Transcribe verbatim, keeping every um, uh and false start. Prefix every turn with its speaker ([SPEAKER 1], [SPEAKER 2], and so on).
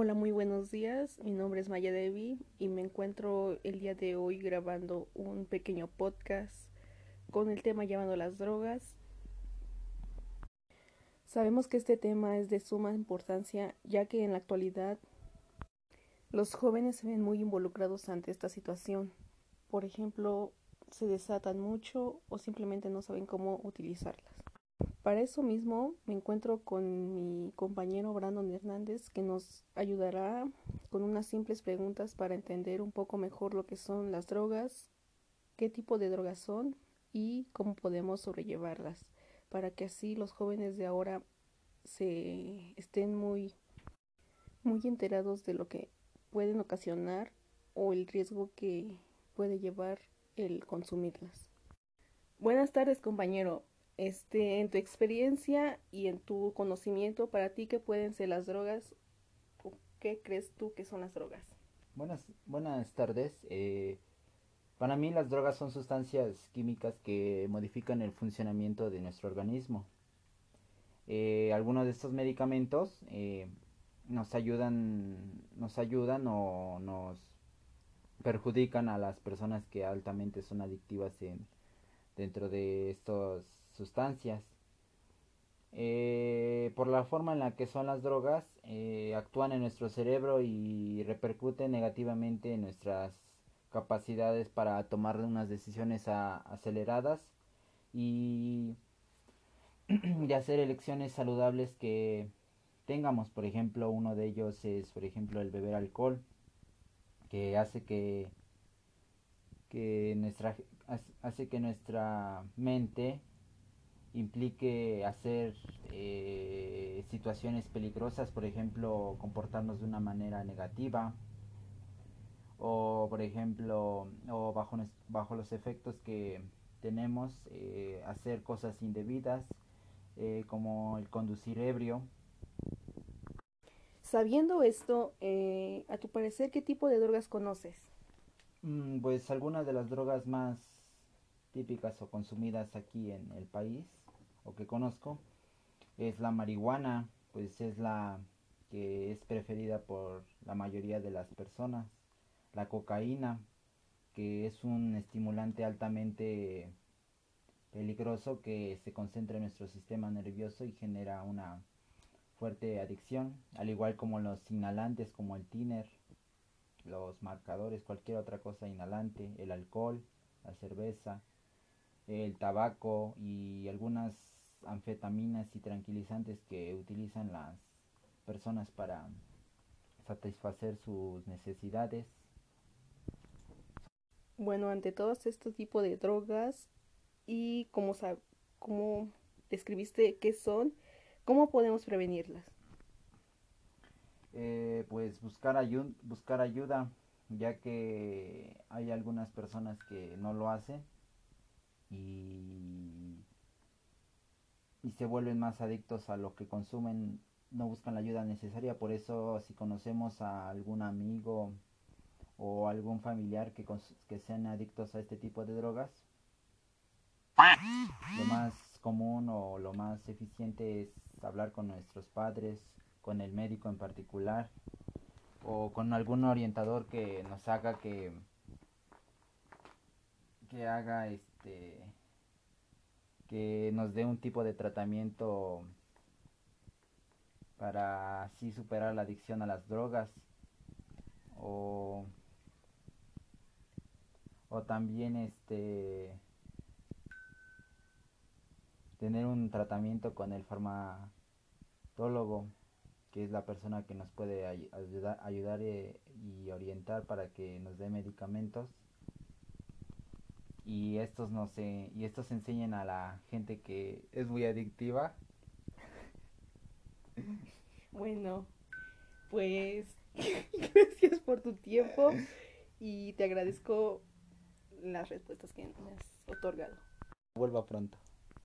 [SPEAKER 1] Hola, muy buenos días. Mi nombre es Maya Devi y me encuentro el día de hoy grabando un pequeño podcast con el tema llamado las drogas. Sabemos que este tema es de suma importancia ya que en la actualidad los jóvenes se ven muy involucrados ante esta situación. Por ejemplo, se desatan mucho o simplemente no saben cómo utilizarlas. Para eso mismo me encuentro con mi compañero Brandon Hernández que nos ayudará con unas simples preguntas para entender un poco mejor lo que son las drogas, qué tipo de drogas son y cómo podemos sobrellevarlas, para que así los jóvenes de ahora se estén muy, muy enterados de lo que pueden ocasionar o el riesgo que puede llevar el consumirlas. Buenas tardes, compañero. Este, en tu experiencia y en tu conocimiento, para ti, ¿qué pueden ser las drogas o qué crees tú que son las drogas?
[SPEAKER 2] Buenas, buenas tardes. Eh, para mí las drogas son sustancias químicas que modifican el funcionamiento de nuestro organismo. Eh, algunos de estos medicamentos eh, nos ayudan, nos ayudan o nos perjudican a las personas que altamente son adictivas en, dentro de estas sustancias. Eh, por la forma en la que son las drogas, eh, actúan en nuestro cerebro y repercuten negativamente en nuestras capacidades para tomar unas decisiones a, aceleradas y, y hacer elecciones saludables que tengamos. Por ejemplo, uno de ellos es, por ejemplo, el beber alcohol, que hace que, que nuestra hace que nuestra mente implique hacer eh, situaciones peligrosas, por ejemplo, comportarnos de una manera negativa o, por ejemplo, o bajo, bajo los efectos que tenemos, eh, hacer cosas indebidas, eh, como el conducir ebrio.
[SPEAKER 1] Sabiendo esto, eh, a tu parecer, ¿qué tipo de drogas conoces?
[SPEAKER 2] Mm, pues algunas de las drogas más típicas o consumidas aquí en el país o que conozco es la marihuana, pues es la que es preferida por la mayoría de las personas. La cocaína, que es un estimulante altamente peligroso que se concentra en nuestro sistema nervioso y genera una fuerte adicción, al igual como los inhalantes como el tiner, los marcadores, cualquier otra cosa inhalante, el alcohol, la cerveza, el tabaco y algunas anfetaminas y tranquilizantes que utilizan las personas para satisfacer sus necesidades.
[SPEAKER 1] Bueno, ante todos este tipo de drogas y cómo, sab- cómo describiste qué son, ¿cómo podemos prevenirlas?
[SPEAKER 2] Eh, pues buscar, ayu- buscar ayuda, ya que hay algunas personas que no lo hacen y, y se vuelven más adictos a lo que consumen, no buscan la ayuda necesaria. Por eso, si conocemos a algún amigo o algún familiar que, que sean adictos a este tipo de drogas, lo más común o lo más eficiente es hablar con nuestros padres, con el médico en particular, o con algún orientador que nos haga que, que haga este que nos dé un tipo de tratamiento para así superar la adicción a las drogas, o, o también este tener un tratamiento con el farmatólogo, que es la persona que nos puede ay- ayudar, ayudar eh, y orientar para que nos dé medicamentos y estos no se y estos enseñen a la gente que es muy adictiva.
[SPEAKER 1] Bueno, pues gracias por tu tiempo y te agradezco las respuestas que me has otorgado.
[SPEAKER 2] Vuelva pronto.